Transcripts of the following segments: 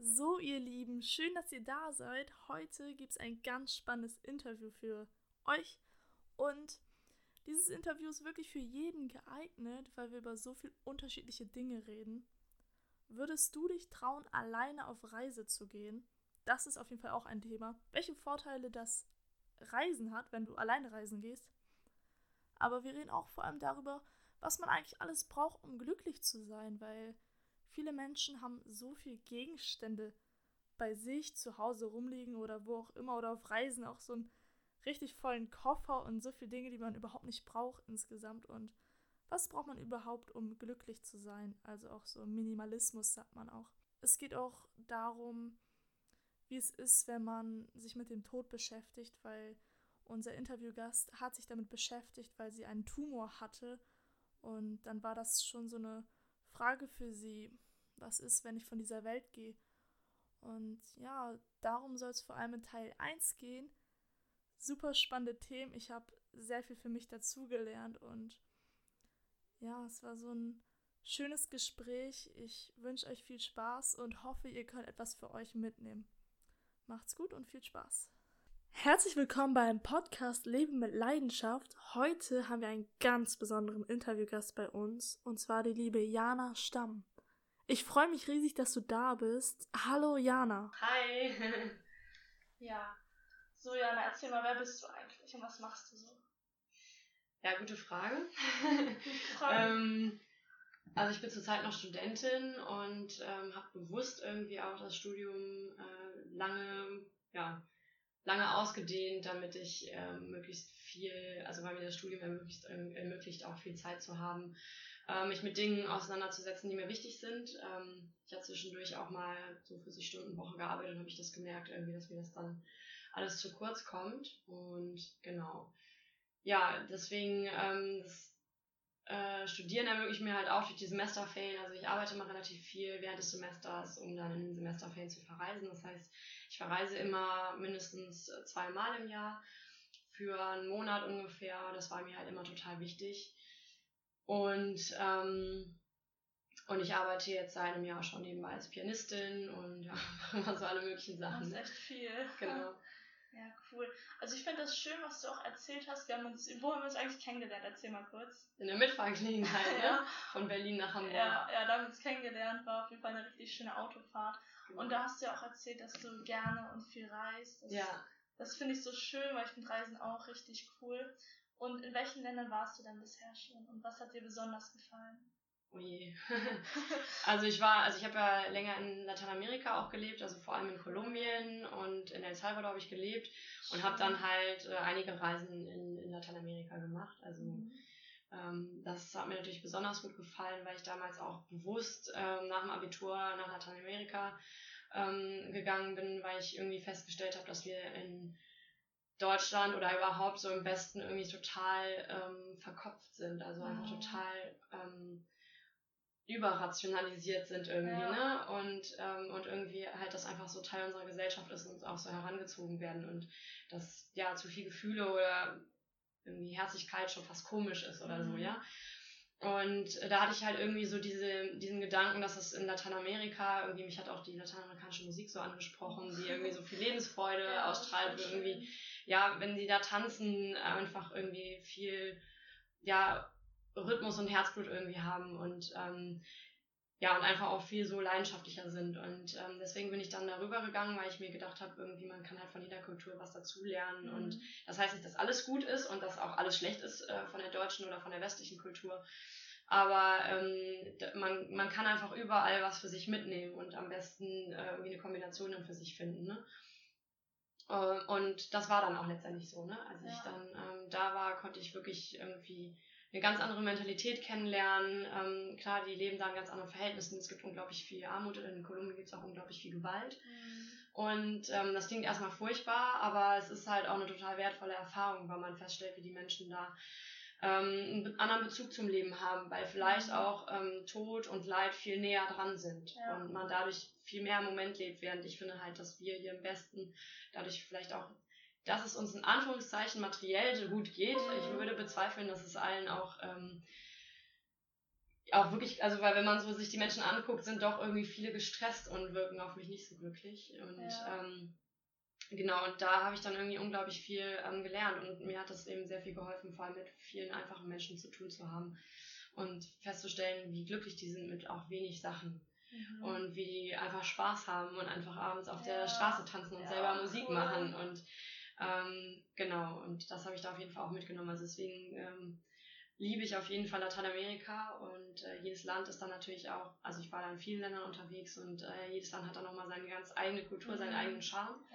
So, ihr Lieben, schön, dass ihr da seid. Heute gibt es ein ganz spannendes Interview für euch und dieses Interview ist wirklich für jeden geeignet, weil wir über so viele unterschiedliche Dinge reden. Würdest du dich trauen, alleine auf Reise zu gehen? Das ist auf jeden Fall auch ein Thema. Welche Vorteile das Reisen hat, wenn du alleine reisen gehst. Aber wir reden auch vor allem darüber, was man eigentlich alles braucht, um glücklich zu sein, weil viele Menschen haben so viele Gegenstände bei sich zu Hause rumliegen oder wo auch immer oder auf Reisen auch so einen richtig vollen Koffer und so viele Dinge, die man überhaupt nicht braucht insgesamt. Und was braucht man überhaupt, um glücklich zu sein? Also auch so Minimalismus sagt man auch. Es geht auch darum, wie es ist, wenn man sich mit dem Tod beschäftigt, weil unser Interviewgast hat sich damit beschäftigt, weil sie einen Tumor hatte. Und dann war das schon so eine Frage für sie, was ist, wenn ich von dieser Welt gehe? Und ja, darum soll es vor allem in Teil 1 gehen. Super spannende Themen. Ich habe sehr viel für mich dazugelernt und ja, es war so ein schönes Gespräch. Ich wünsche euch viel Spaß und hoffe, ihr könnt etwas für euch mitnehmen. Macht's gut und viel Spaß. Herzlich willkommen beim Podcast Leben mit Leidenschaft. Heute haben wir einen ganz besonderen Interviewgast bei uns, und zwar die liebe Jana Stamm. Ich freue mich riesig, dass du da bist. Hallo Jana. Hi. Ja. So, Jana, erzähl mal, wer bist du eigentlich und was machst du so? Ja, gute Frage. Also ich bin zurzeit noch Studentin und habe bewusst irgendwie auch das Studium lange ausgedehnt, damit ich möglichst viel, also weil mir das Studium ermöglicht, auch viel Zeit zu haben, mich mit Dingen auseinanderzusetzen, die mir wichtig sind. Ich habe zwischendurch auch mal so 40-Stunden-Woche gearbeitet und habe ich das gemerkt, irgendwie, dass mir das dann alles zu kurz kommt. Und genau. Ja, deswegen das Studieren ermöglicht mir halt auch durch die Semesterferien. Also ich arbeite immer relativ viel während des Semesters, um dann in den Semesterferien zu verreisen. Das heißt, ich verreise immer mindestens 2-mal im Jahr für einen Monat ungefähr. Das war mir halt immer total wichtig. Und ich arbeite jetzt seit einem Jahr schon nebenbei als Pianistin und ja, mache immer so alle möglichen Sachen. Das ist echt viel. Genau. Ja, cool. Also ich finde das schön, was du auch erzählt hast. Wo haben wir uns eigentlich kennengelernt? Erzähl mal kurz. In der Mitfahrgelegenheit, ja. Ne? Von Berlin nach Hamburg. Ja, da haben wir uns kennengelernt. War auf jeden Fall eine richtig schöne Autofahrt. Genau. Und da hast du ja auch erzählt, dass du gerne und viel reist. Das finde ich so schön, weil ich finde Reisen auch richtig cool. Und in welchen Ländern warst du denn bisher schon? Und was hat dir besonders gefallen? Oh je. Also ich habe ja länger in Lateinamerika auch gelebt, also vor allem in Kolumbien und in El Salvador habe ich gelebt und habe dann halt einige Reisen in Lateinamerika gemacht. Also das hat mir natürlich besonders gut gefallen, weil ich damals auch bewusst nach dem Abitur nach Lateinamerika gegangen bin, weil ich irgendwie festgestellt habe, dass wir in Deutschland oder überhaupt so im Westen irgendwie total verkopft sind, also einfach total überrationalisiert sind irgendwie, ne? Und irgendwie halt das einfach so Teil unserer Gesellschaft ist und uns auch so herangezogen werden und dass ja zu viel Gefühle oder irgendwie Herzlichkeit schon fast komisch ist oder so, ja. Und da hatte ich halt irgendwie so diesen Gedanken, dass es in Lateinamerika irgendwie, mich hat auch die lateinamerikanische Musik so angesprochen, die irgendwie so viel Lebensfreude ausstrahlt, wo irgendwie, ja, wenn sie da tanzen, einfach irgendwie viel, ja, Rhythmus und Herzblut irgendwie haben und und einfach auch viel so leidenschaftlicher sind. Und deswegen bin ich dann darüber gegangen, weil ich mir gedacht habe, irgendwie man kann halt von jeder Kultur was dazulernen. Und das heißt nicht, dass alles gut ist und dass auch alles schlecht ist von der deutschen oder von der westlichen Kultur. Aber man kann einfach überall was für sich mitnehmen und am besten irgendwie eine Kombination dann für sich finden. Ne? Und das war dann auch letztendlich so. Ne? Als ich dann da war, konnte ich wirklich irgendwie eine ganz andere Mentalität kennenlernen. Klar, die leben da in ganz anderen Verhältnissen. Es gibt unglaublich viel Armut. In Kolumbien gibt es auch unglaublich viel Gewalt. Und das klingt erstmal furchtbar, aber es ist halt auch eine total wertvolle Erfahrung, weil man feststellt, wie die Menschen da einen anderen Bezug zum Leben haben, weil vielleicht auch Tod und Leid viel näher dran sind und man dadurch viel mehr im Moment lebt, während ich finde halt, dass wir hier im Westen dadurch vielleicht auch, dass es uns in Anführungszeichen materiell so gut geht. Ich würde bezweifeln, dass es allen auch auch wirklich, also weil wenn man so sich die Menschen anguckt, sind doch irgendwie viele gestresst und wirken auf mich nicht so glücklich. Und genau, und da habe ich dann irgendwie unglaublich viel gelernt und mir hat das eben sehr viel geholfen, vor allem mit vielen einfachen Menschen zu tun zu haben und festzustellen, wie glücklich die sind mit auch wenig Sachen. Und wie die einfach Spaß haben und einfach abends auf der Straße tanzen und selber Musik machen. Und genau, und das habe ich da auf jeden Fall auch mitgenommen. Also deswegen liebe ich auf jeden Fall Lateinamerika und jedes Land ist dann natürlich auch, also ich war da in vielen Ländern unterwegs und jedes Land hat dann nochmal seine ganz eigene Kultur, seinen eigenen Charme.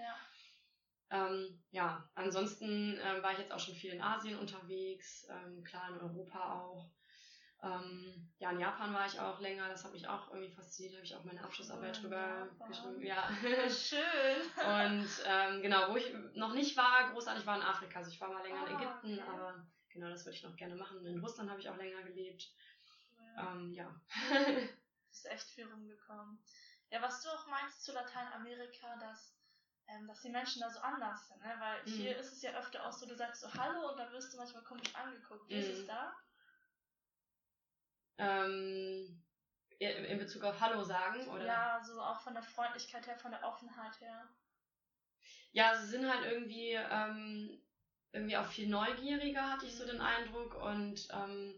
Ansonsten war ich jetzt auch schon viel in Asien unterwegs, klar in Europa auch. In Japan war ich auch länger, das hat mich auch irgendwie fasziniert, habe ich auch meine Abschlussarbeit drüber geschrieben. Ja. Schön. Und genau, wo ich noch nicht war, großartig war in Afrika. Also ich war mal länger in Ägypten, aber genau, das würde ich noch gerne machen. In Russland habe ich auch länger gelebt. Du bist echt viel rumgekommen. Ja, was du auch meinst zu Lateinamerika, dass die Menschen da so anders sind, ne? Weil hier ist es ja öfter auch so, du sagst so Hallo und dann wirst du manchmal komisch angeguckt. Wie ist es da? In Bezug auf Hallo sagen, oder? Ja, so auch von der Freundlichkeit her, von der Offenheit her. Ja, sie sind halt irgendwie auch viel neugieriger, hatte ich so den Eindruck. Und ist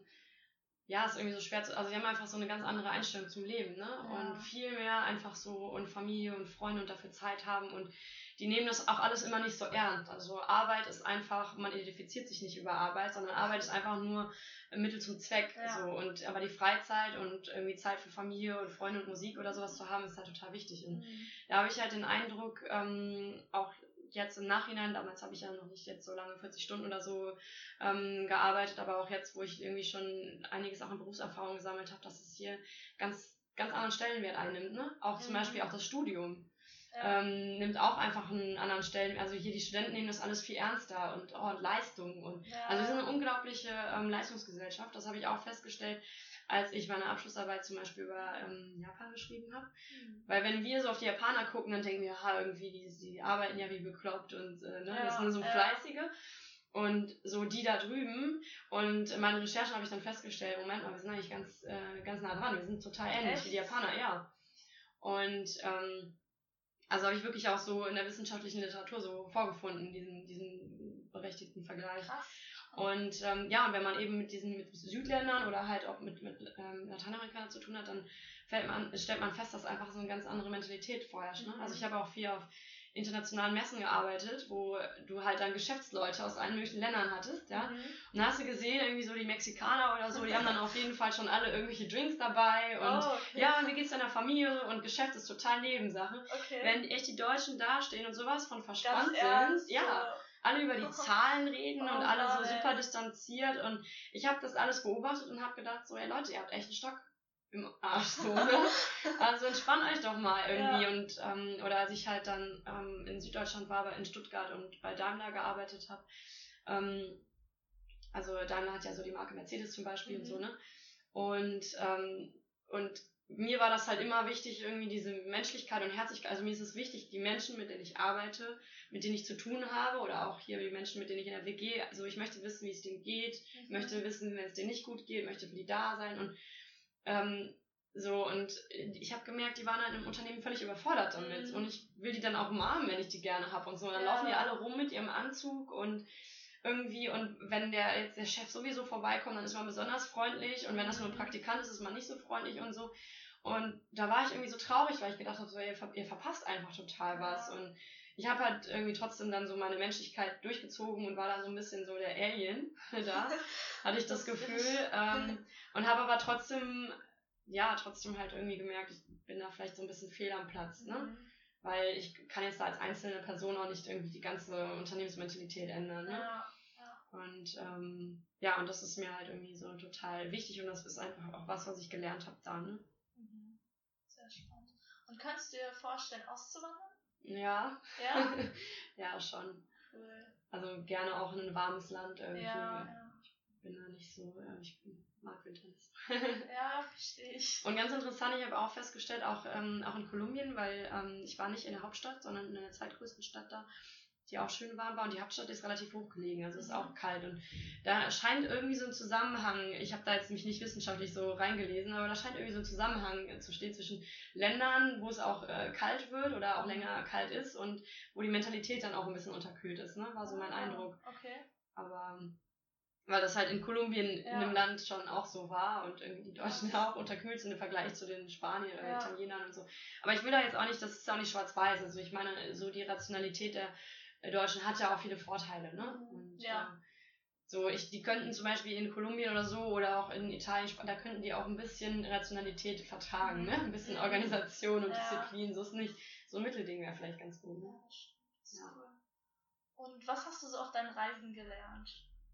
irgendwie so schwer zu. Also, sie haben einfach so eine ganz andere Einstellung zum Leben, ne? Ja. Und viel mehr einfach so und Familie und Freunde und dafür Zeit haben. Und die nehmen das auch alles immer nicht so ernst. Also, Arbeit ist einfach, man identifiziert sich nicht über Arbeit, sondern Arbeit ist einfach nur ein Mittel zum Zweck. Ja. So. Aber die Freizeit und irgendwie Zeit für Familie und Freunde und Musik oder sowas zu haben, ist halt total wichtig. Und da habe ich halt den Eindruck, auch jetzt im Nachhinein, damals habe ich ja noch nicht jetzt so lange 40 Stunden oder so gearbeitet, aber auch jetzt, wo ich irgendwie schon einiges auch an Berufserfahrung gesammelt habe, dass es hier ganz, ganz anderen Stellenwert einnimmt, ne? Auch zum Beispiel auch das Studium nimmt auch einfach einen anderen Stellenwert. Also hier die Studenten nehmen das alles viel ernster und Leistung und also wir sind eine unglaubliche Leistungsgesellschaft, das habe ich auch festgestellt, als ich meine Abschlussarbeit zum Beispiel über Japan geschrieben habe. Weil wenn wir so auf die Japaner gucken, dann denken wir, irgendwie, die arbeiten ja wie bekloppt und das sind so Fleißige. Und so die da drüben. Und in meinen Recherchen habe ich dann festgestellt, Moment mal, wir sind eigentlich ganz, ganz nah dran. Wir sind total ähnlich wie die Japaner, ja. Und also habe ich wirklich auch so in der wissenschaftlichen Literatur so vorgefunden, diesen berechtigten Vergleich. Krass. Und und wenn man eben mit Südländern oder halt auch mit Lateinamerika zu tun hat, dann stellt man fest, dass einfach so eine ganz andere Mentalität vorherrscht. Ne? Also ich habe auch viel auf internationalen Messen gearbeitet, wo du halt dann Geschäftsleute aus allen möglichen Ländern hattest, ja. Und dann hast du gesehen, irgendwie so die Mexikaner oder so, die haben dann auf jeden Fall schon alle irgendwelche Drinks dabei und wie geht's deiner Familie und Geschäft ist total Nebensache. Wenn echt die Deutschen dastehen und sowas von verspannt sind, alle über die Zahlen reden und alle so super distanziert und ich habe das alles beobachtet und habe gedacht, so, ey Leute, ihr habt echt einen Stock im Arsch, so, ne? Also entspannt euch doch mal irgendwie und oder als ich halt dann in Süddeutschland war, aber in Stuttgart und bei Daimler gearbeitet habe, also Daimler hat ja so die Marke Mercedes zum Beispiel und so, ne? Und mir war das halt immer wichtig, irgendwie diese Menschlichkeit und Herzlichkeit, also mir ist es wichtig, die Menschen, mit denen ich arbeite, mit denen ich zu tun habe oder auch hier die Menschen, mit denen ich in der WG, also ich möchte wissen, wie es denen geht, möchte wissen, wenn es denen nicht gut geht, möchte für die da sein und und ich habe gemerkt, die waren halt im Unternehmen völlig überfordert damit und ich will die dann auch umarmen, wenn ich die gerne habe und so. Und dann laufen die alle rum mit ihrem Anzug und irgendwie und wenn der Chef sowieso vorbeikommt, dann ist man besonders freundlich und wenn das nur ein Praktikant ist, ist man nicht so freundlich und so. Und da war ich irgendwie so traurig, weil ich gedacht habe, so, ihr verpasst einfach total was und ich habe halt irgendwie trotzdem dann so meine Menschlichkeit durchgezogen und war da so ein bisschen so der Alien da, hatte ich das Gefühl und habe aber trotzdem halt irgendwie gemerkt, ich bin da vielleicht so ein bisschen fehl am Platz, ne? Weil ich kann jetzt da als einzelne Person auch nicht irgendwie die ganze Unternehmensmentalität ändern, ne? Und und das ist mir halt irgendwie so total wichtig und das ist einfach auch was ich gelernt habe da, ne? Sehr spannend. Und kannst du dir vorstellen, auszuwandern? Ja. Ja? Ja, schon. Cool. Also gerne auch in ein warmes Land irgendwie. Ja. Ich bin da nicht so, ich mag Winter nicht. Ja, verstehe ich. Und ganz interessant, ich habe auch festgestellt, auch in Kolumbien, weil ich war nicht in der Hauptstadt, sondern in der zweitgrößten Stadt da, die auch schön warm war. Und die Hauptstadt ist relativ hoch gelegen, also ist auch kalt. Und da scheint irgendwie so ein Zusammenhang, ich habe da jetzt mich nicht wissenschaftlich so reingelesen, aber da scheint irgendwie so ein Zusammenhang zu stehen zwischen Ländern, wo es auch kalt wird oder auch länger kalt ist und wo die Mentalität dann auch ein bisschen unterkühlt ist, ne? War so mein Eindruck. Okay. Aber weil das halt in Kolumbien in einem Land schon auch so war und irgendwie die Deutschen auch unterkühlt sind im Vergleich zu den Spaniern oder Italienern und so. Aber ich will da jetzt auch nicht, das ist auch nicht schwarz-weiß, also ich meine, so die Rationalität der Deutschen hat ja auch viele Vorteile, ne? Und, die könnten zum Beispiel in Kolumbien oder so oder auch in Italien, da könnten die auch ein bisschen Rationalität vertragen, ne? Ein bisschen Organisation und Disziplin, so ist nicht, so ein Mittelding wäre vielleicht ganz gut, ne? Cool. Und was hast du so auf deinen Reisen gelernt?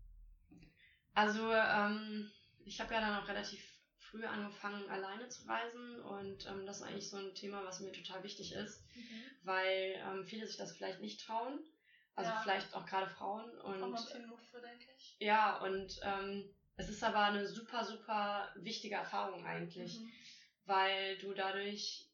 Also, ich habe ja dann auch relativ früh angefangen, alleine zu reisen und das ist eigentlich so ein Thema, was mir total wichtig ist, weil viele sich das vielleicht nicht trauen, also vielleicht auch gerade Frauen. Und kann man viel Mut für, denke ich. Ja, und es ist aber eine super, super wichtige Erfahrung eigentlich, weil du dadurch,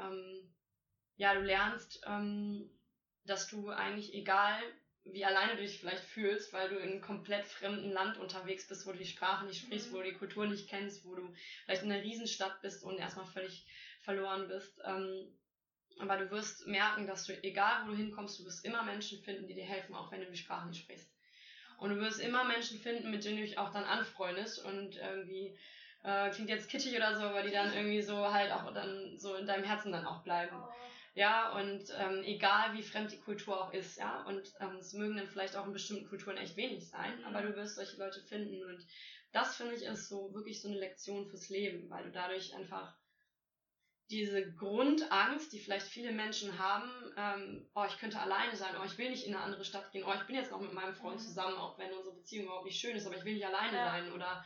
du lernst, dass du eigentlich egal wie alleine du dich vielleicht fühlst, weil du in einem komplett fremden Land unterwegs bist, wo du die Sprache nicht sprichst, wo du die Kultur nicht kennst, wo du vielleicht in einer Riesenstadt bist und erstmal völlig verloren bist. Aber du wirst merken, dass du, egal wo du hinkommst, du wirst immer Menschen finden, die dir helfen, auch wenn du die Sprache nicht sprichst. Und du wirst immer Menschen finden, mit denen du dich auch dann anfreundest und irgendwie, klingt jetzt kitschig oder so, aber die dann irgendwie so halt auch dann so in deinem Herzen dann auch bleiben. Ja, und egal wie fremd die Kultur auch ist, ja, und es mögen dann vielleicht auch in bestimmten Kulturen echt wenig sein, aber du wirst solche Leute finden und das, finde ich, ist so wirklich so eine Lektion fürs Leben, weil du dadurch einfach diese Grundangst, die vielleicht viele Menschen haben, ich könnte alleine sein, ich will nicht in eine andere Stadt gehen, ich bin jetzt noch mit meinem Freund zusammen, auch wenn unsere Beziehung überhaupt nicht schön ist, aber ich will nicht alleine sein oder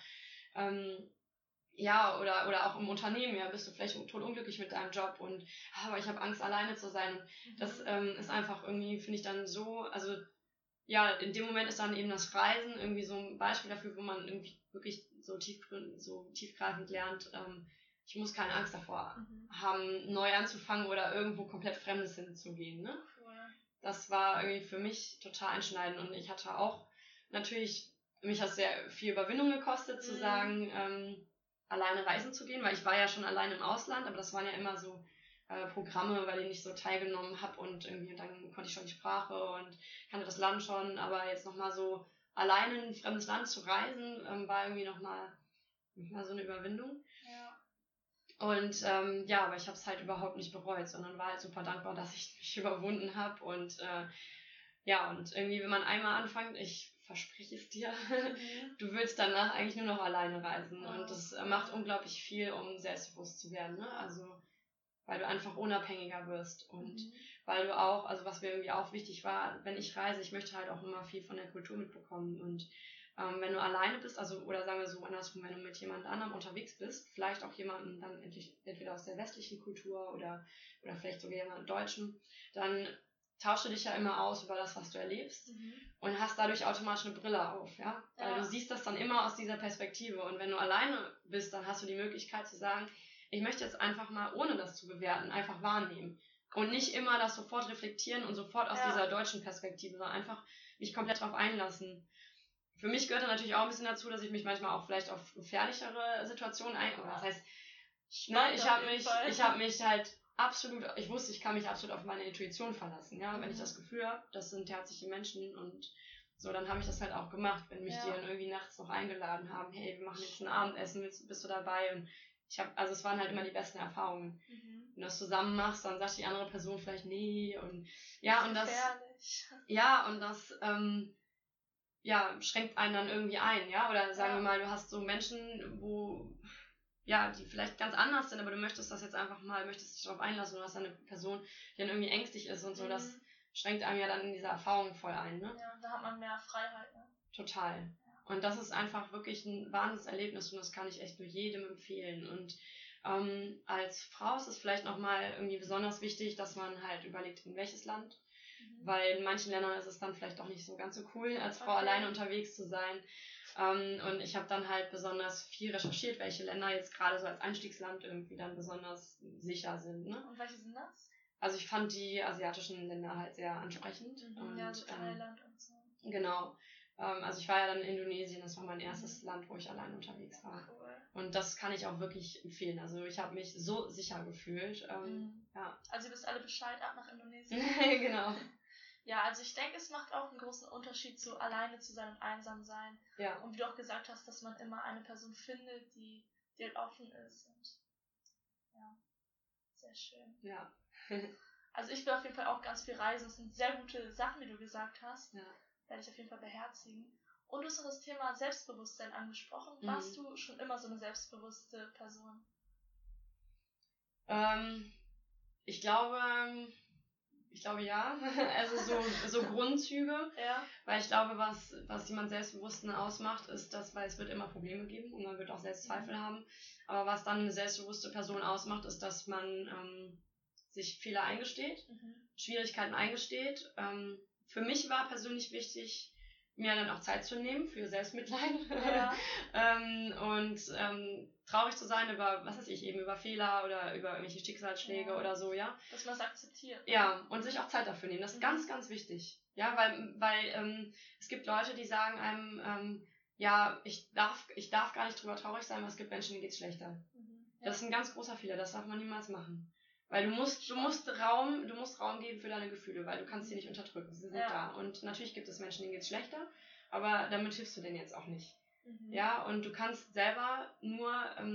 oder auch im Unternehmen, bist du vielleicht total unglücklich mit deinem Job und aber ich habe Angst, alleine zu sein. Und das ist einfach irgendwie, finde ich dann so, also in dem Moment ist dann eben das Reisen irgendwie so ein Beispiel dafür, wo man irgendwie wirklich so tiefgreifend lernt, ich muss keine Angst davor haben, neu anzufangen oder irgendwo komplett Fremdes hinzugehen. Ne? Cool. Das war irgendwie für mich total einschneidend und ich hatte auch natürlich, mich hat sehr viel Überwindung gekostet, zu sagen, alleine reisen zu gehen, weil ich war ja schon alleine im Ausland, aber das waren ja immer so Programme, bei denen ich so teilgenommen habe und irgendwie dann konnte ich schon die Sprache und kannte das Land schon, aber jetzt nochmal so alleine in ein fremdes Land zu reisen, war irgendwie nochmal so eine Überwindung. Ja. Und aber ich habe es halt überhaupt nicht bereut, sondern war halt super dankbar, dass ich mich überwunden habe und und irgendwie, wenn man einmal anfängt, ich verspreche es dir, du willst danach eigentlich nur noch alleine reisen und das macht unglaublich viel, um selbstbewusst zu werden, ne? Also weil du einfach unabhängiger wirst und weil du auch, also was mir irgendwie auch wichtig war, wenn ich reise, ich möchte halt auch immer viel von der Kultur mitbekommen und wenn du alleine bist, also oder sagen wir so andersrum, wenn du mit jemand anderem unterwegs bist, vielleicht auch jemanden dann entweder aus der westlichen Kultur oder vielleicht sogar jemanden Deutschen, dann tauschst du dich ja immer aus über das, was du erlebst und hast dadurch automatisch eine Brille auf, ja? Weil du siehst das dann immer aus dieser Perspektive und wenn du alleine bist, dann hast du die Möglichkeit zu sagen, ich möchte jetzt einfach mal, ohne das zu bewerten, einfach wahrnehmen und nicht immer das sofort reflektieren und sofort aus dieser deutschen Perspektive, sondern einfach mich komplett drauf einlassen. Für mich gehört dann natürlich auch ein bisschen dazu, dass ich mich manchmal auch vielleicht auf gefährlichere Situationen das heißt, ich habe mich halt absolut, ich wusste, ich kann mich absolut auf meine Intuition verlassen, ja, wenn ich das Gefühl habe, das sind herzliche Menschen und so, dann habe ich das halt auch gemacht, wenn mich die dann irgendwie nachts noch eingeladen haben, hey, wir machen jetzt ein Abendessen, bist du dabei? Und es waren halt immer die besten Erfahrungen. Wenn du das zusammen machst, dann sagt die andere Person vielleicht nee und das schränkt einen dann irgendwie ein, ja, oder sagen wir mal, du hast so Menschen, die vielleicht ganz anders sind, aber du möchtest das jetzt einfach mal, möchtest dich darauf einlassen und du hast eine Person, die dann irgendwie ängstlich ist und so, das schränkt einem ja dann in dieser Erfahrung voll ein, ne? Ja, da hat man mehr Freiheit, ne? Total. Und das ist einfach wirklich ein Wahnsinnserlebnis und das kann ich echt nur jedem empfehlen. Und als Frau ist es vielleicht nochmal irgendwie besonders wichtig, dass man halt überlegt, in welches Land. Weil in manchen Ländern ist es dann vielleicht auch nicht so ganz so cool, als Frau alleine unterwegs zu sein. Und ich habe dann halt besonders viel recherchiert, welche Länder jetzt gerade so als Einstiegsland irgendwie dann besonders sicher sind. Ne? Und welche sind das? Also ich fand die asiatischen Länder halt sehr ansprechend. Und, ja, so Thailand und so. Genau. Also ich war ja dann in Indonesien, das war mein erstes Land, wo ich allein unterwegs war. Cool. Und das kann ich auch wirklich empfehlen. Also ich habe mich so sicher gefühlt. Ja. Also ihr wisst alle Bescheid, ab nach Indonesien. Genau. Ja, also ich denke, es macht auch einen großen Unterschied, so alleine zu sein und einsam sein. Ja. Und wie du auch gesagt hast, dass man immer eine Person findet, die halt offen ist. Und ja, sehr schön. Ja. Also ich will auf jeden Fall auch ganz viel reisen. Das sind sehr gute Sachen, die du gesagt hast. Ja. Werde ich auf jeden Fall beherzigen. Und du hast noch das Thema Selbstbewusstsein angesprochen. Warst du schon immer so eine selbstbewusste Person? Ich glaube ja. Also so Grundzüge. Ja. Weil ich glaube, was jemand Selbstbewussten ausmacht, ist das, weil es wird immer Probleme geben und man wird auch Selbstzweifel haben. Aber was dann eine selbstbewusste Person ausmacht, ist, dass man sich Fehler eingesteht, Schwierigkeiten eingesteht. Für mich war persönlich wichtig, mir dann auch Zeit zu nehmen für Selbstmitleid. Ja. Und traurig zu sein über, was weiß ich, eben über Fehler oder über irgendwelche Schicksalsschläge oder so, ja. Dass man es akzeptiert. Ja, und sich auch Zeit dafür nehmen. Das ist ganz, ganz wichtig. Ja, weil es gibt Leute, die sagen einem, ja, ich darf gar nicht drüber traurig sein, weil es gibt Menschen, denen geht's schlechter. Ja. Das ist ein ganz großer Fehler, das darf man niemals machen. Weil du musst Raum geben für deine Gefühle, weil du kannst sie nicht unterdrücken. Sie sind da. Und natürlich gibt es Menschen, denen geht's schlechter, aber damit hilfst du denen jetzt auch nicht. Ja, und du kannst selber nur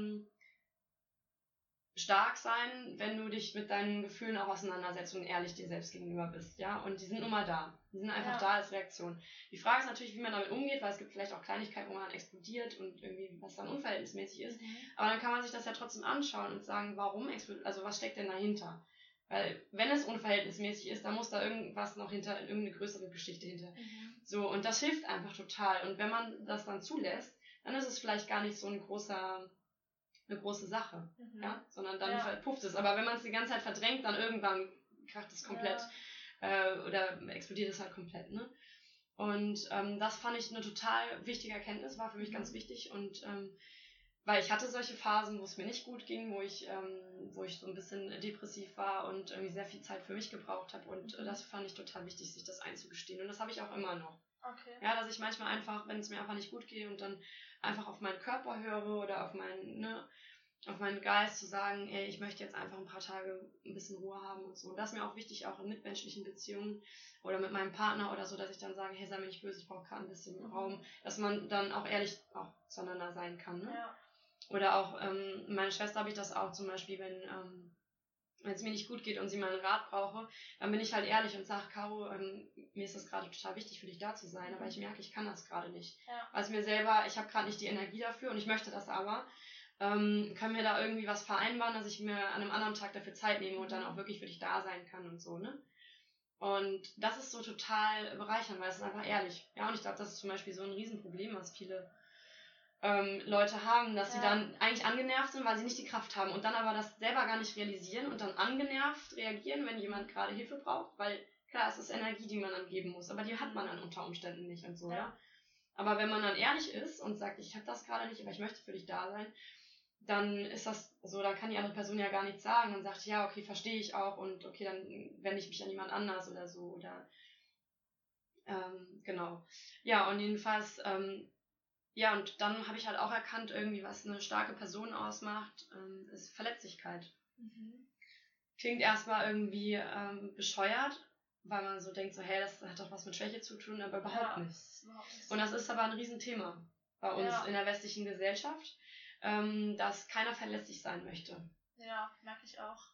stark sein, wenn du dich mit deinen Gefühlen auch auseinandersetzt und ehrlich dir selbst gegenüber bist, ja, und die sind nun mal da. Die sind einfach da als Reaktion. Die Frage ist natürlich, wie man damit umgeht, weil es gibt vielleicht auch Kleinigkeiten, wo man explodiert und irgendwie was dann unverhältnismäßig ist, aber dann kann man sich das ja trotzdem anschauen und sagen, warum explodiert, also was steckt denn dahinter? Weil, wenn es unverhältnismäßig ist, dann muss da irgendwas noch hinter, irgendeine größere Geschichte hinter. So, und das hilft einfach total. Und wenn man das dann zulässt, dann ist es vielleicht gar nicht so eine große Sache, ja, sondern dann verpufft es. Aber wenn man es die ganze Zeit verdrängt, dann irgendwann kracht es komplett oder explodiert es halt komplett, ne? Und das fand ich eine total wichtige Erkenntnis, war für mich ganz wichtig und weil ich hatte solche Phasen, wo es mir nicht gut ging, wo ich so ein bisschen depressiv war und irgendwie sehr viel Zeit für mich gebraucht habe und das fand ich total wichtig, sich das einzugestehen und das habe ich auch immer noch. Okay. Ja, dass ich manchmal einfach, wenn es mir einfach nicht gut geht und dann einfach auf meinen Körper höre oder auf meinen Geist zu sagen, ey, ich möchte jetzt einfach ein paar Tage ein bisschen Ruhe haben und so. Und das ist mir auch wichtig, auch in mitmenschlichen Beziehungen oder mit meinem Partner oder so, dass ich dann sage, hey, sei mir nicht böse, ich brauche gerade ein bisschen Raum, dass man dann auch ehrlich auch zueinander sein kann. Ne? Ja. Oder auch, meine Schwester habe ich das auch zum Beispiel, wenn es mir nicht gut geht und sie meinen Rat brauche, dann bin ich halt ehrlich und sage, Caro, mir ist das gerade total wichtig für dich da zu sein, aber ich merke, ich kann das gerade nicht. Ja. Also ich habe gerade nicht die Energie dafür und ich möchte das aber. Können wir da irgendwie was vereinbaren, dass ich mir an einem anderen Tag dafür Zeit nehme und dann auch wirklich für dich da sein kann und so, ne? Und das ist so total bereichernd, weil es ist einfach ehrlich. Ja, und ich glaube, das ist zum Beispiel so ein Riesenproblem, was viele Leute haben, dass sie dann eigentlich angenervt sind, weil sie nicht die Kraft haben und dann aber das selber gar nicht realisieren und dann angenervt reagieren, wenn jemand gerade Hilfe braucht, weil klar, es ist Energie, die man dann geben muss, aber die hat man dann unter Umständen nicht und so, ja. Aber wenn man dann ehrlich ist und sagt, ich habe das gerade nicht, aber ich möchte für dich da sein, dann ist das so, dann kann die andere Person ja gar nichts sagen und sagt, ja, okay, verstehe ich auch und okay, dann wende ich mich an jemand anders oder so oder genau. Ja, und jedenfalls ja, und dann habe ich halt auch erkannt, irgendwie, was eine starke Person ausmacht, ist Verletzlichkeit. Klingt erstmal irgendwie bescheuert, weil man so denkt, so, hey, das hat doch was mit Schwäche zu tun, aber überhaupt nicht. Und das ist aber ein Riesenthema bei uns in der westlichen Gesellschaft, dass keiner verletzlich sein möchte. Ja, merke ich auch.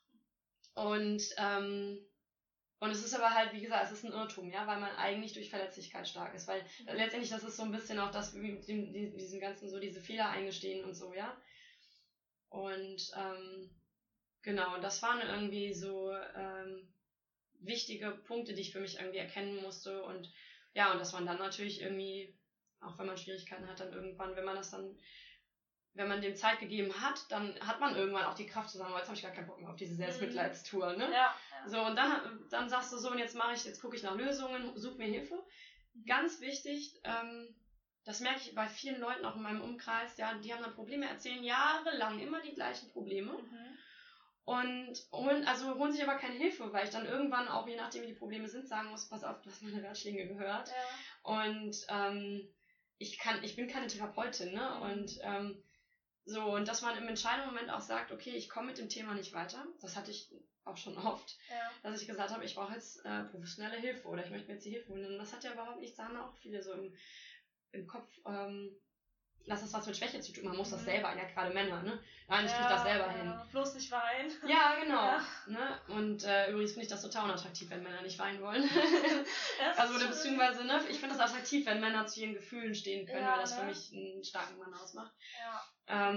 Und es ist aber halt, wie gesagt, es ist ein Irrtum, ja, weil man eigentlich durch Verletzlichkeit stark ist, weil letztendlich das ist so ein bisschen auch das, mit diesem ganzen, so diese Fehler eingestehen und so, ja. Und genau, und das waren irgendwie so wichtige Punkte, die ich für mich irgendwie erkennen musste und ja, und dass man dann natürlich irgendwie, auch wenn man Schwierigkeiten hat, dann irgendwann, wenn man dem Zeit gegeben hat, dann hat man irgendwann auch die Kraft zu sagen, oh, jetzt habe ich gar keinen Bock mehr auf diese Selbstmitleidstour, ne? Ja. So, und dann sagst du so, und jetzt gucke ich nach Lösungen, suche mir Hilfe. Ganz wichtig, das merke ich bei vielen Leuten auch in meinem Umkreis, ja, die haben dann Probleme, erzählen jahrelang immer die gleichen Probleme. also holen sich aber keine Hilfe, weil ich dann irgendwann auch, je nachdem wie die Probleme sind, sagen muss, pass auf, du hast meine Ratschläge gehört. Ja. Und ich bin keine Therapeutin, ne? Und und dass man im entscheidenden Moment auch sagt, okay, ich komme mit dem Thema nicht weiter. Das hatte ich auch schon oft, dass ich gesagt habe, ich brauche jetzt professionelle Hilfe oder ich möchte mir jetzt die Hilfe holen. Und das hat ja überhaupt nichts, da haben auch viele so im Kopf, dass das was mit Schwäche zu tun. Man muss das selber, ja gerade Männer, ne? Nein, ich kriege das selber hin. Bloß nicht weinen. Ja, genau. Ja. Ne? Und übrigens finde ich das total unattraktiv, wenn Männer nicht weinen wollen. Also beziehungsweise, ne, ich finde das attraktiv, wenn Männer zu ihren Gefühlen stehen können, weil das für mich einen starken Mann ausmacht. Ja.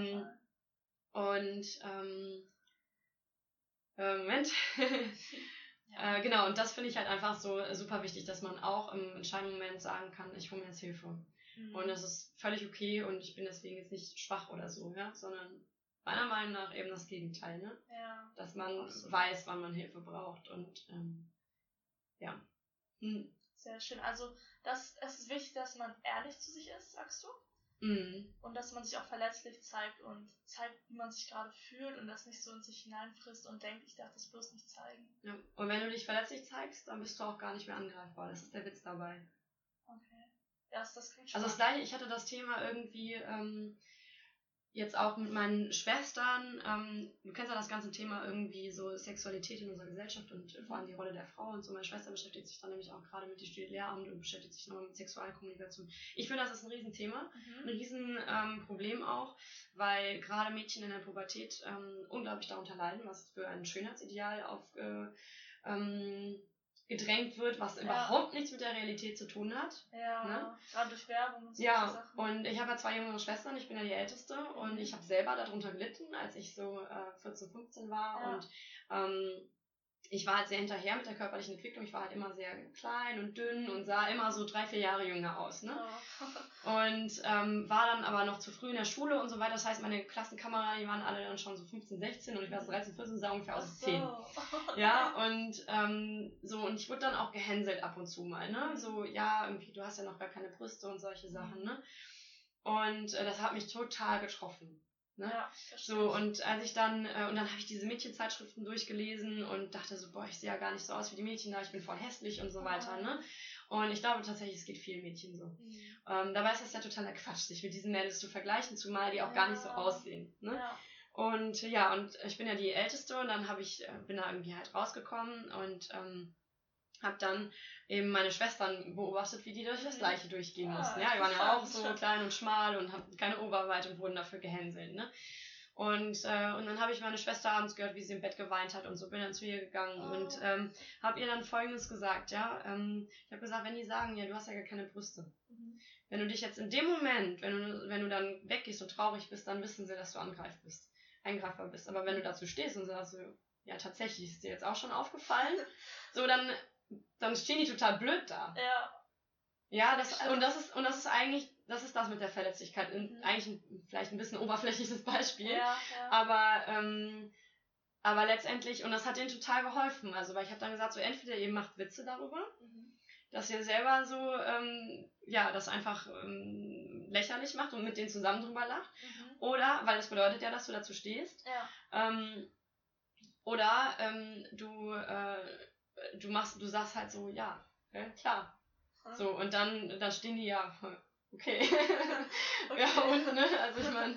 Moment. Genau, und das finde ich halt einfach so super wichtig, dass man auch im entscheidenden Moment sagen kann, ich hole mir jetzt Hilfe. Und das ist völlig okay und ich bin deswegen jetzt nicht schwach oder so, ja, sondern meiner Meinung nach eben das Gegenteil, ne? Ja. Dass man weiß, wann man Hilfe braucht und ja. Sehr schön. Also es ist wichtig, dass man ehrlich zu sich ist, sagst du? Und dass man sich auch verletzlich zeigt und zeigt, wie man sich gerade fühlt und das nicht so in sich hineinfrisst und denkt, ich darf das bloß nicht zeigen. Ja. Und wenn du dich verletzlich zeigst, dann bist du auch gar nicht mehr angreifbar. Das ist der Witz dabei. Okay. Ja, das klingt schon. Also das Gleiche, ich hatte das Thema irgendwie jetzt auch mit meinen Schwestern. Du kennst ja das ganze Thema irgendwie so Sexualität in unserer Gesellschaft und vor allem die Rolle der Frau und so. Meine Schwester beschäftigt sich dann nämlich auch gerade die studiert Lehramt und beschäftigt sich nochmal mit Sexualkommunikation. Ich finde, das ist ein Riesenthema, ein Riesenproblem auch, weil gerade Mädchen in der Pubertät unglaublich darunter leiden, was für ein Schönheitsideal gedrängt wird, was überhaupt nichts mit der Realität zu tun hat. Ja, ne? Gerade durch Werbung und so Sachen. Und ich habe ja 2 jüngere Schwestern, ich bin ja die Älteste und ich habe selber darunter gelitten, als ich so 14, 15 war und ich war halt sehr hinterher mit der körperlichen Entwicklung. Ich war halt immer sehr klein und dünn und sah immer so 3, 4 Jahre jünger aus, ne? Und war dann aber noch zu früh in der Schule und so weiter. Das heißt, meine Klassenkameraden, die waren alle dann schon so 15, 16 und ich war so 13, 14, sah ungefähr aus wie 10. Ja, und und ich wurde dann auch gehänselt ab und zu mal, ne? So, ja, irgendwie, du hast ja noch gar keine Brüste und solche Sachen, ne? Und das hat mich total getroffen. Ne? Ja, so, und als ich dann, und dann habe ich diese Mädchenzeitschriften durchgelesen und dachte so, boah, ich sehe ja gar nicht so aus wie die Mädchen da, ich bin voll hässlich und so weiter, ne? Und ich glaube tatsächlich, es geht vielen Mädchen so. Dabei ist das ja totaler Quatsch, sich mit diesen Mädels zu vergleichen, zumal die auch gar nicht so aussehen, ne? Ja. Und und ich bin ja die Älteste und dann bin da irgendwie halt rausgekommen und habe dann eben meine Schwestern beobachtet, wie die durch das Gleiche durchgehen mussten. Ja, die waren ja auch so klein und schmal und hatten keine Oberweite und wurden dafür gehänselt, ne? Und dann habe ich meine Schwester abends gehört, wie sie im Bett geweint hat und so, bin dann zu ihr gegangen und habe ihr dann Folgendes gesagt, ja. Ich habe gesagt, wenn die sagen, ja, du hast ja gar keine Brüste. Wenn du dich jetzt in dem Moment, wenn du dann weggehst und traurig bist, dann wissen sie, dass du eingreifbar bist. Aber wenn du dazu stehst und sagst, ja, tatsächlich, ist dir jetzt auch schon aufgefallen, so, dann stehen die total blöd da. Ja. Ja, das ist eigentlich, das ist das mit der Verletzlichkeit. Eigentlich vielleicht ein bisschen oberflächliches Beispiel. Ja. Aber letztendlich, und das hat denen total geholfen. Also, weil ich habe dann gesagt, so entweder ihr macht Witze darüber, dass ihr selber so, das einfach lächerlich macht und mit denen zusammen drüber lacht. Oder, weil das bedeutet ja, dass du dazu stehst. Ja. Oder du sagst halt so, ja, klar. So, und dann stehen die ja, okay. Ja, und, ne, also ich meine,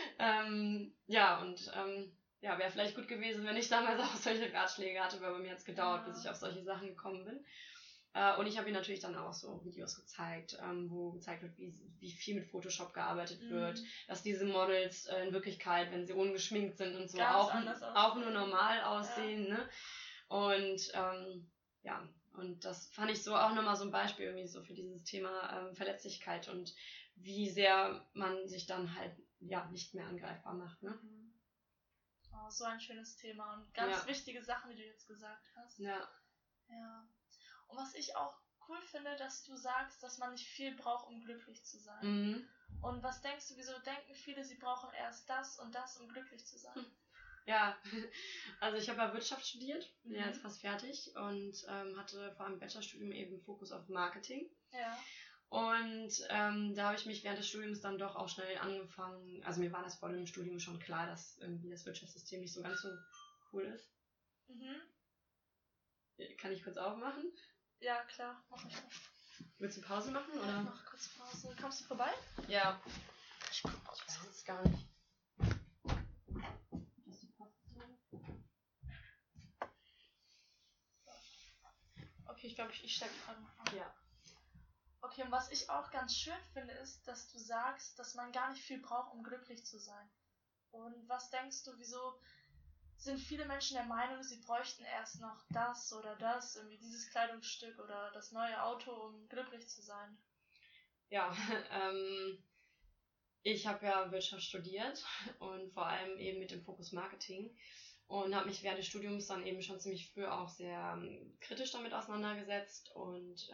wäre vielleicht gut gewesen, wenn ich damals auch solche Ratschläge hatte, weil bei mir hat es gedauert, bis ich auf solche Sachen gekommen bin. Und ich habe ihr natürlich dann auch so Videos gezeigt, wo gezeigt wird, wie viel mit Photoshop gearbeitet wird, dass diese Models in Wirklichkeit, wenn sie ungeschminkt sind und so, auch nur normal aussehen, ne? Und und das fand ich so auch nochmal so ein Beispiel irgendwie so für dieses Thema Verletzlichkeit und wie sehr man sich dann halt nicht mehr angreifbar macht, ne? Oh, so ein schönes Thema und ganz wichtige Sachen, die du jetzt gesagt hast. Ja. Und was ich auch cool finde, dass du sagst, dass man nicht viel braucht, um glücklich zu sein. Und was denkst du, wieso denken viele, sie brauchen erst das und das, um glücklich zu sein? Ja, also ich habe ja Wirtschaft studiert, bin ja jetzt fast fertig und hatte vor allem im Bachelorstudium eben Fokus auf Marketing. Ja. Und da habe ich mich während des Studiums dann doch auch schnell angefangen, also mir war das vor dem Studium schon klar, dass irgendwie das Wirtschaftssystem nicht so ganz so cool ist. Kann ich kurz aufmachen? Ja, klar, mach ich noch. Willst du Pause machen, Ja, oder? ich mach kurz Pause. Kommst du vorbei? Ja. Ich guck mal. Ich weiß es gar nicht. Okay, ich glaube, ich steige gerade mal an. Ja. Okay, und was ich auch ganz schön finde, ist, dass du sagst, dass man gar nicht viel braucht, um glücklich zu sein. Und was denkst du, wieso sind viele Menschen der Meinung, sie bräuchten erst noch das oder das, irgendwie dieses Kleidungsstück oder das neue Auto, um glücklich zu sein? Ja, ich habe ja Wirtschaft studiert und vor allem eben mit dem Fokus Marketing und habe mich während des Studiums dann eben schon ziemlich früh auch sehr kritisch damit auseinandergesetzt und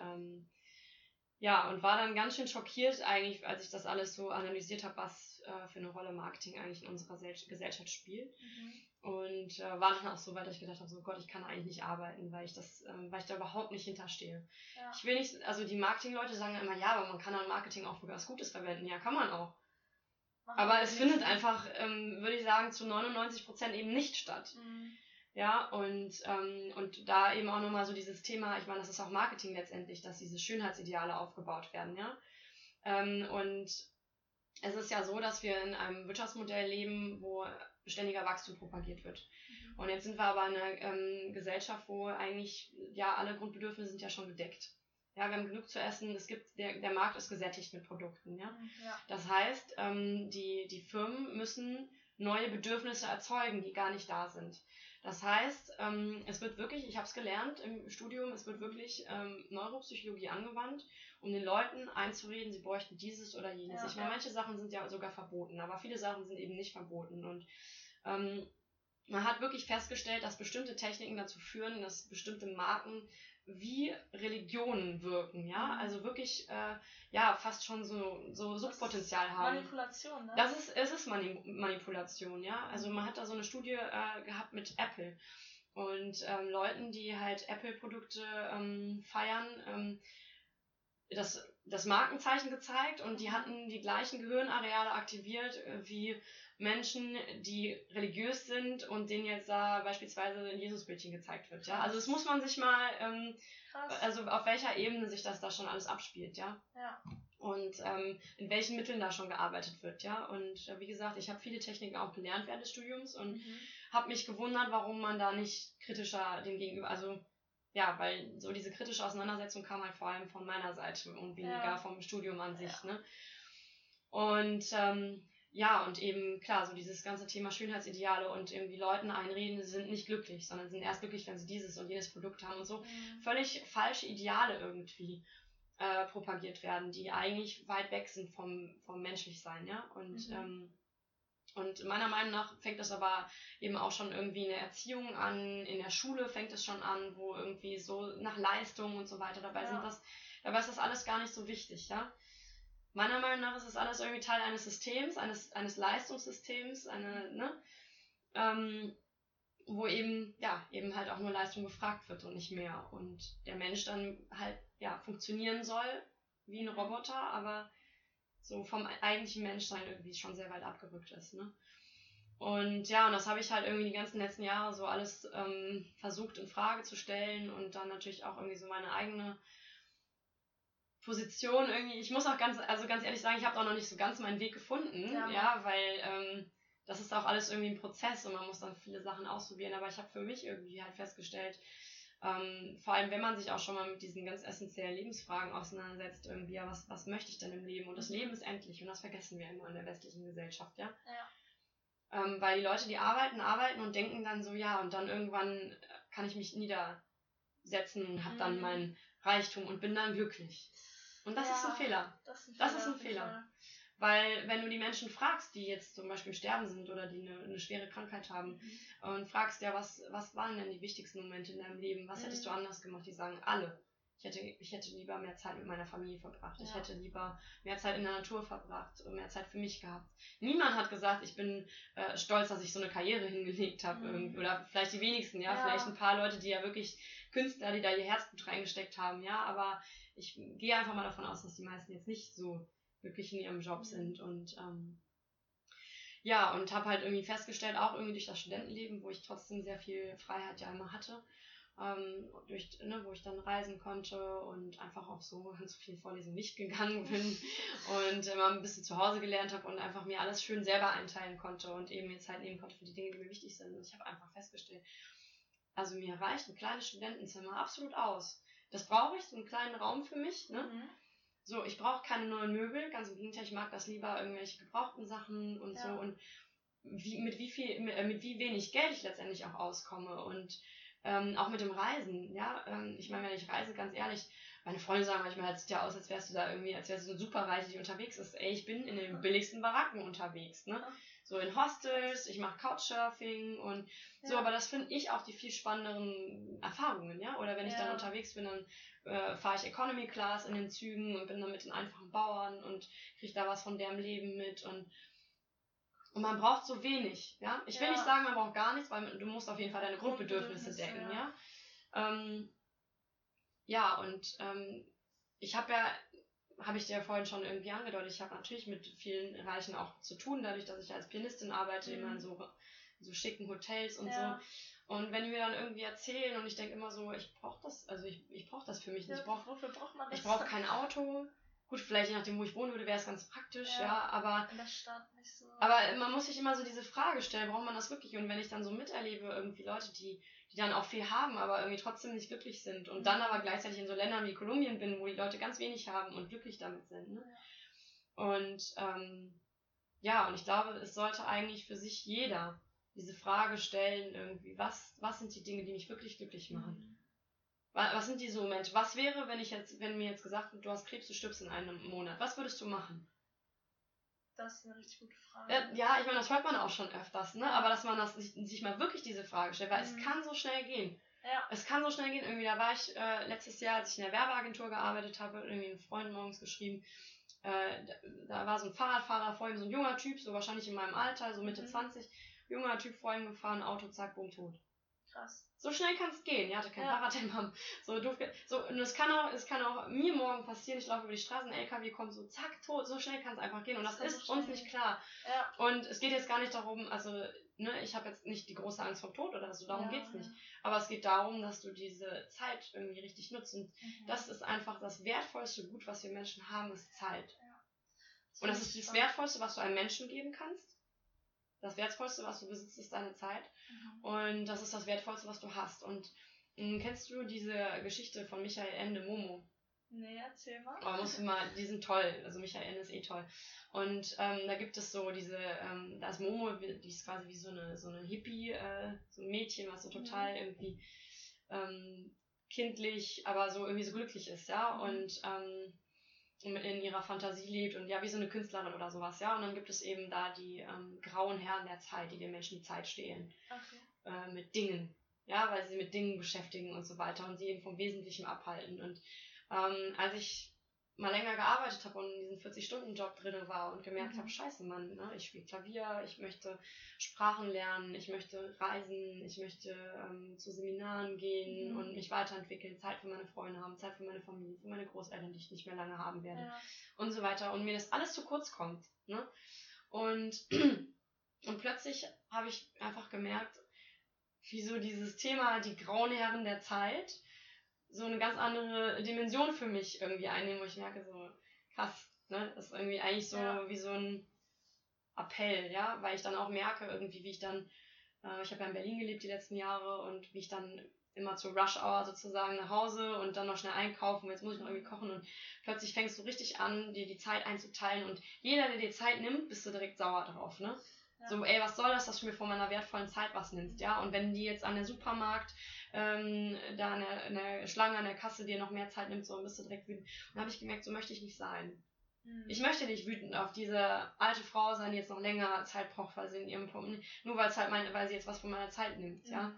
ja, und war dann ganz schön schockiert eigentlich, als ich das alles so analysiert habe, was für eine Rolle Marketing eigentlich in unserer Gesellschaft spielt. Und war dann auch so weit, dass ich gedacht habe, so Gott, ich kann eigentlich nicht arbeiten, weil ich da überhaupt nicht hinterstehe. Ja. Ich will nicht, also die Marketingleute sagen immer, ja, aber man kann dann Marketing auch für was Gutes verwenden. Ja, kann man auch. Aber es findet einfach, würde ich sagen, zu 99% eben nicht statt. Ja, und da eben auch nochmal so dieses Thema, ich meine, das ist auch Marketing letztendlich, dass diese Schönheitsideale aufgebaut werden, ja. Und es ist ja so, dass wir in einem Wirtschaftsmodell leben, wo ständiger Wachstum propagiert wird. Und jetzt sind wir aber in einer Gesellschaft, wo eigentlich, ja, alle Grundbedürfnisse sind ja schon gedeckt. Ja, wir haben genug zu essen, der Markt ist gesättigt mit Produkten, ja. Das heißt, die Firmen müssen neue Bedürfnisse erzeugen, die gar nicht da sind. Das heißt, es wird wirklich, ich habe es gelernt im Studium, es wird wirklich Neuropsychologie angewandt, um den Leuten einzureden, sie bräuchten dieses oder jenes. Ich meine, manche Sachen sind ja sogar verboten, aber viele Sachen sind eben nicht verboten. Und man hat wirklich festgestellt, dass bestimmte Techniken dazu führen, dass bestimmte Marken wie Religionen wirken, ja, also wirklich, ja, fast schon so Suchtpotenzial haben. Manipulation, ne? Es ist Manipulation, ja, also man hat da so eine Studie gehabt mit Apple und Leuten, die halt Apple-Produkte feiern, das Markenzeichen gezeigt und die hatten die gleichen Gehirnareale aktiviert wie Menschen, die religiös sind und denen jetzt da beispielsweise ein Jesusbildchen gezeigt wird. Ja? Also das muss man sich mal, also auf welcher Ebene sich das da schon alles abspielt, ja. Und in welchen Mitteln da schon gearbeitet wird, ja. Und wie gesagt, ich habe viele Techniken auch gelernt während des Studiums und habe mich gewundert, warum man da nicht kritischer dem gegenüber, also ja, weil so diese kritische Auseinandersetzung kam halt vor allem von meiner Seite und weniger vom Studium an sich, ne. Und ja, und eben, klar, so dieses ganze Thema Schönheitsideale und irgendwie Leuten einreden, sie sind nicht glücklich, sondern sind erst glücklich, wenn sie dieses und jenes Produkt haben und so. Völlig falsche Ideale irgendwie propagiert werden, die eigentlich weit weg sind vom Menschlichsein, ja. Und meiner Meinung nach fängt das aber eben auch schon irgendwie in der Erziehung an, in der Schule fängt es schon an, wo irgendwie so nach Leistung und so weiter dabei ist das alles gar nicht so wichtig, ja. Meiner Meinung nach ist das alles irgendwie Teil eines Systems, eines Leistungssystems, wo eben halt auch nur Leistung gefragt wird und nicht mehr. Und der Mensch dann halt, ja, funktionieren soll wie ein Roboter, aber so vom eigentlichen Menschsein irgendwie schon sehr weit abgerückt ist, ne? Und ja, und das habe ich halt irgendwie die ganzen letzten Jahre so alles versucht in Frage zu stellen und dann natürlich auch irgendwie so meine eigene Position irgendwie, ich muss auch ganz ehrlich sagen, ich habe auch noch nicht so ganz meinen Weg gefunden, weil das ist auch alles irgendwie ein Prozess und man muss dann viele Sachen ausprobieren, aber ich habe für mich irgendwie halt festgestellt, vor allem wenn man sich auch schon mal mit diesen ganz essentiellen Lebensfragen auseinandersetzt, irgendwie, ja, was möchte ich denn im Leben? Und das Leben ist endlich und das vergessen wir immer in der westlichen Gesellschaft, ja. Weil die Leute, die arbeiten und denken dann so, ja, und dann irgendwann kann ich mich niedersetzen und habe dann meinen Reichtum und bin dann glücklich. Und das ist ein Fehler. Das ist ein Fehler. Weil wenn du die Menschen fragst, die jetzt zum Beispiel im Sterben sind oder die eine schwere Krankheit haben und fragst, ja, was waren denn die wichtigsten Momente in deinem Leben? Was hättest du anders gemacht? Die sagen alle. Ich hätte lieber mehr Zeit mit meiner Familie verbracht. Ich hätte lieber mehr Zeit in der Natur verbracht und mehr Zeit für mich gehabt. Niemand hat gesagt, ich bin stolz, dass ich so eine Karriere hingelegt habe. Oder vielleicht die wenigsten, ja. Vielleicht ein paar Leute, die ja wirklich Künstler, die da ihr Herzblut reingesteckt haben, ja. Aber ich gehe einfach mal davon aus, dass die meisten jetzt nicht so glücklich in ihrem Job sind und Ja, und habe halt irgendwie festgestellt, auch irgendwie durch das Studentenleben, wo ich trotzdem sehr viel Freiheit ja immer hatte, wo ich dann reisen konnte und einfach auch so ganz viel Vorlesungen nicht gegangen bin und immer ein bisschen zu Hause gelernt habe und einfach mir alles schön selber einteilen konnte und eben mir Zeit nehmen konnte für die Dinge, die mir wichtig sind. Und ich habe einfach festgestellt, also mir reicht ein kleines Studentenzimmer absolut aus. Das brauche ich, so einen kleinen Raum für mich, ne? So, ich brauche keine neuen Möbel, ganz im Gegenteil, ich mag das lieber, irgendwelche gebrauchten Sachen und so und mit wie wenig Geld ich letztendlich auch auskomme und auch mit dem Reisen, ja, ich meine, wenn ich reise, ganz ehrlich, meine Freunde sagen manchmal, es sieht ja aus, als wärst du da irgendwie, als wärst du so eine Superreise, die unterwegs ist. Ey, ich bin in den billigsten Baracken unterwegs, ne? So in Hostels, ich mache Couchsurfing und so, aber das finde ich auch die viel spannenderen Erfahrungen, ja, oder wenn ich dann unterwegs bin, dann fahre ich Economy Class in den Zügen und bin dann mit den einfachen Bauern und kriege da was von deren Leben mit und man braucht so wenig, ja. Ich will nicht sagen, man braucht gar nichts, weil du musst auf jeden Fall deine Grundbedürfnisse decken, ja. Ich habe ich dir ja vorhin schon irgendwie angedeutet, ich habe natürlich mit vielen Reichen auch zu tun, dadurch, dass ich als Pianistin arbeite, immer in so schicken Hotels und so. Und wenn die mir dann irgendwie erzählen und ich denke immer so, ich brauche das, also ich brauche das für mich nicht. Wofür braucht man das? Ich brauche kein Auto. Gut, vielleicht je nachdem, wo ich wohnen würde, wäre es ganz praktisch, aber in der Stadt nicht so. Aber man muss sich immer so diese Frage stellen, braucht man das wirklich? Und wenn ich dann so miterlebe, irgendwie Leute, die dann auch viel haben, aber irgendwie trotzdem nicht glücklich sind und dann aber gleichzeitig in so Ländern wie Kolumbien bin, wo die Leute ganz wenig haben und glücklich damit sind, ne? Und und ich glaube, es sollte eigentlich für sich jeder diese Frage stellen, irgendwie, was sind die Dinge, die mich wirklich glücklich machen? Was sind diese Momente? Was wäre, wenn mir jetzt gesagt wird, du hast Krebs, du stirbst in einem Monat? Was würdest du machen? Das ist eine richtig gute Frage. Ja, ich meine, das hört man auch schon öfters, ne? Aber dass man sich mal wirklich diese Frage stellt, weil es kann so schnell gehen. Ja. Es kann so schnell gehen. Irgendwie, da war ich letztes Jahr, als ich in der Werbeagentur gearbeitet habe, irgendwie einen Freund morgens geschrieben, da war so ein Fahrradfahrer vor ihm, so ein junger Typ, so wahrscheinlich in meinem Alter, so Mitte 20, junger Typ vor ihm gefahren, Auto, zack, bumm, tot. Krass. So schnell kann es gehen, ja, hatte kein Fahrradhelm haben. Und es kann auch mir morgen passieren, ich laufe über die Straße, ein LKW kommt so zack, tot, so schnell kann es einfach gehen und das ist uns nicht klar. Ja. Und es geht jetzt gar nicht darum, also, ne, ich habe jetzt nicht die große Angst vor Tod oder so, darum geht's nicht. Aber es geht darum, dass du diese Zeit irgendwie richtig nutzt und das ist einfach das wertvollste Gut, was wir Menschen haben, ist Zeit. Ja. Und das ist das Wertvollste, was du einem Menschen geben kannst. Das Wertvollste, was du besitzt, ist deine Zeit. Und das ist das Wertvollste, was du hast. Und kennst du diese Geschichte von Michael Ende, Momo? Nee, erzähl mal. Die sind toll. Also Michael Ende ist eh toll. Und da gibt es so diese, da ist Momo, die ist quasi wie so eine Hippie, so ein Mädchen, was so total irgendwie kindlich, aber so irgendwie so glücklich ist, ja. Und in ihrer Fantasie lebt und ja, wie so eine Künstlerin oder sowas, ja. Und dann gibt es eben da die grauen Herren der Zeit, die den Menschen die Zeit stehlen. Okay. Mit Dingen, ja, weil sie mit Dingen beschäftigen und so weiter und sie eben vom Wesentlichen abhalten. Und als ich mal länger gearbeitet habe und in diesem 40-Stunden-Job drin war und gemerkt habe, scheiße, Mann, ne, ich spiele Klavier, ich möchte Sprachen lernen, ich möchte reisen, ich möchte zu Seminaren gehen und mich weiterentwickeln, Zeit für meine Freunde haben, Zeit für meine Familie, für meine Großeltern, die ich nicht mehr lange haben werde und so weiter und mir das alles zu kurz kommt, ne? Und plötzlich habe ich einfach gemerkt, wie so dieses Thema, die grauen Herren der Zeit, so eine ganz andere Dimension für mich irgendwie einnehmen, wo ich merke, so krass, ne? Das ist irgendwie eigentlich so wie so ein Appell, ja, weil ich dann auch merke irgendwie, wie ich dann, ich habe ja in Berlin gelebt die letzten Jahre und wie ich dann immer zur Rush Hour sozusagen nach Hause und dann noch schnell einkaufen, jetzt muss ich noch irgendwie kochen und plötzlich fängst du richtig an, dir die Zeit einzuteilen und jeder, der dir Zeit nimmt, bist du direkt sauer drauf, ne? Ja. So, ey, was soll das, dass du mir von meiner wertvollen Zeit was nimmst, ja? Und wenn die jetzt an der Supermarkt, da in der Schlange an der Kasse dir noch mehr Zeit nimmt, so, dann bist du direkt wütend. Und dann habe ich gemerkt, so möchte ich nicht sein. Ich möchte nicht wütend auf diese alte Frau sein, die jetzt noch länger Zeit braucht, weil sie in ihrem Punkt, nur weil sie jetzt was von meiner Zeit nimmt, ja?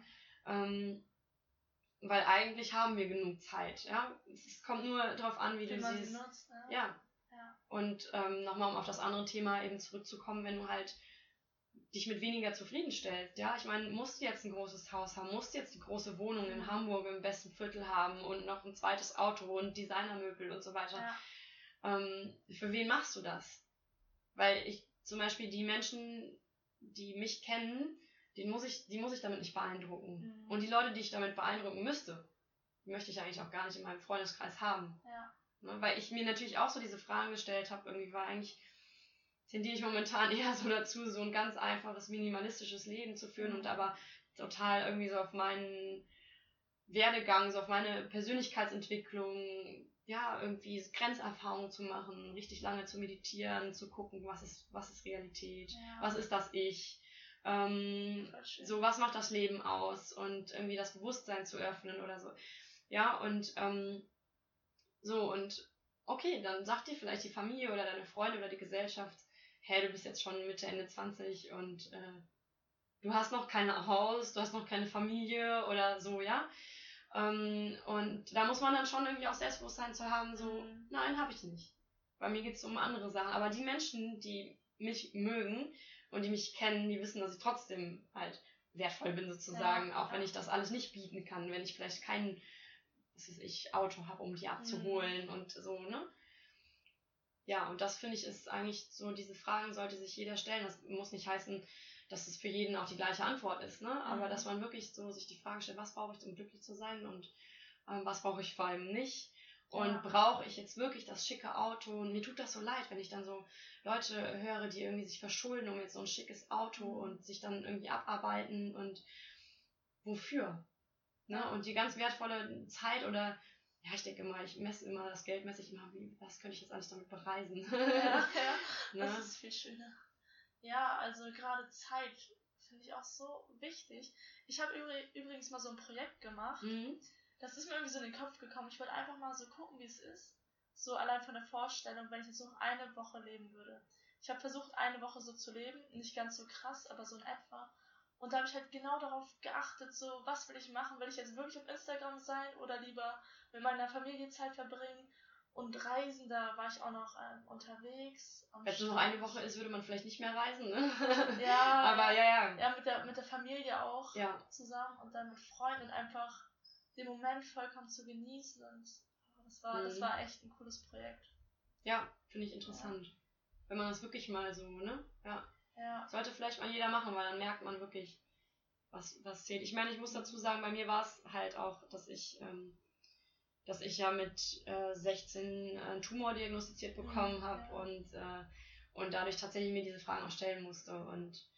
Weil eigentlich haben wir genug Zeit, ja? Es kommt nur darauf an, wie du sie nutzt, ja. Und nochmal, um auf das andere Thema eben zurückzukommen, wenn du halt dich mit weniger zufriedenstellst, ja, ich meine, musst du jetzt ein großes Haus haben, musst du jetzt die große Wohnung in Hamburg im besten Viertel haben und noch ein zweites Auto und Designermöbel und so weiter. Für wen machst du das? Weil zum Beispiel die Menschen, die mich kennen, die muss ich damit nicht beeindrucken. Und die Leute, die ich damit beeindrucken müsste, die möchte ich eigentlich auch gar nicht in meinem Freundeskreis haben. Ja. Ne? Weil ich mir natürlich auch so diese Fragen gestellt habe, irgendwie war eigentlich, tendiere ich momentan eher so dazu, so ein ganz einfaches, minimalistisches Leben zu führen und aber total irgendwie so auf meinen Werdegang, so auf meine Persönlichkeitsentwicklung, ja, irgendwie Grenzerfahrungen zu machen, richtig lange zu meditieren, zu gucken, was ist Realität, was ist das Ich, so was macht das Leben aus und irgendwie das Bewusstsein zu öffnen oder so. Ja, und so, und okay, dann sagt dir vielleicht die Familie oder deine Freunde oder die Gesellschaft, hey, du bist jetzt schon Mitte, Ende 20 und du hast noch kein Haus, du hast noch keine Familie oder so, ja. Und da muss man dann schon irgendwie auch Selbstbewusstsein zu haben, so, nein, habe ich nicht. Bei mir geht es um andere Sachen. Aber die Menschen, die mich mögen und die mich kennen, die wissen, dass ich trotzdem halt wertvoll bin sozusagen, auch wenn ich das alles nicht bieten kann, wenn ich vielleicht kein, was weiß ich, Auto habe, um die abzuholen und so, ne? Ja, und das finde ich ist eigentlich so, diese Fragen sollte sich jeder stellen. Das muss nicht heißen, dass es für jeden auch die gleiche Antwort ist, ne? Aber dass man wirklich so sich die Frage stellt, was brauche ich, um glücklich zu sein und was brauche ich vor allem nicht? Und brauche ich jetzt wirklich das schicke Auto? Und mir tut das so leid, wenn ich dann so Leute höre, die irgendwie sich verschulden um jetzt so ein schickes Auto und sich dann irgendwie abarbeiten und wofür? Ne? Und die ganz wertvolle Zeit oder ja, ich denke immer, das Geld messe ich immer, was könnte ich jetzt alles damit bereisen? Ne? Das ist viel schöner. Ja, also gerade Zeit finde ich auch so wichtig. Ich habe übrigens mal so ein Projekt gemacht. Das ist mir irgendwie so in den Kopf gekommen. Ich wollte einfach mal so gucken, wie es ist. So allein von der Vorstellung, wenn ich jetzt noch eine Woche leben würde. Ich habe versucht, eine Woche so zu leben. Nicht ganz so krass, aber so in etwa. Und da habe ich halt genau darauf geachtet, so, was will ich machen? Will ich jetzt wirklich auf Instagram sein oder lieber mit meiner Familie Zeit verbringen? Und reisen, da war ich auch noch unterwegs. Wenn es nur noch eine Woche ist, würde man vielleicht nicht mehr reisen, ne? Ja, aber ja. Ja, mit der Familie auch zusammen und dann mit Freunden einfach den Moment vollkommen zu genießen. Und das war echt ein cooles Projekt. Ja, finde ich interessant. Ja. Wenn man das wirklich mal so, ne? Ja. Sollte vielleicht mal jeder machen, weil dann merkt man wirklich, was zählt. Ich meine, ich muss dazu sagen, bei mir war es halt auch, dass ich ja mit 16 einen Tumor diagnostiziert bekommen habe und dadurch tatsächlich mir diese Fragen auch stellen musste. Und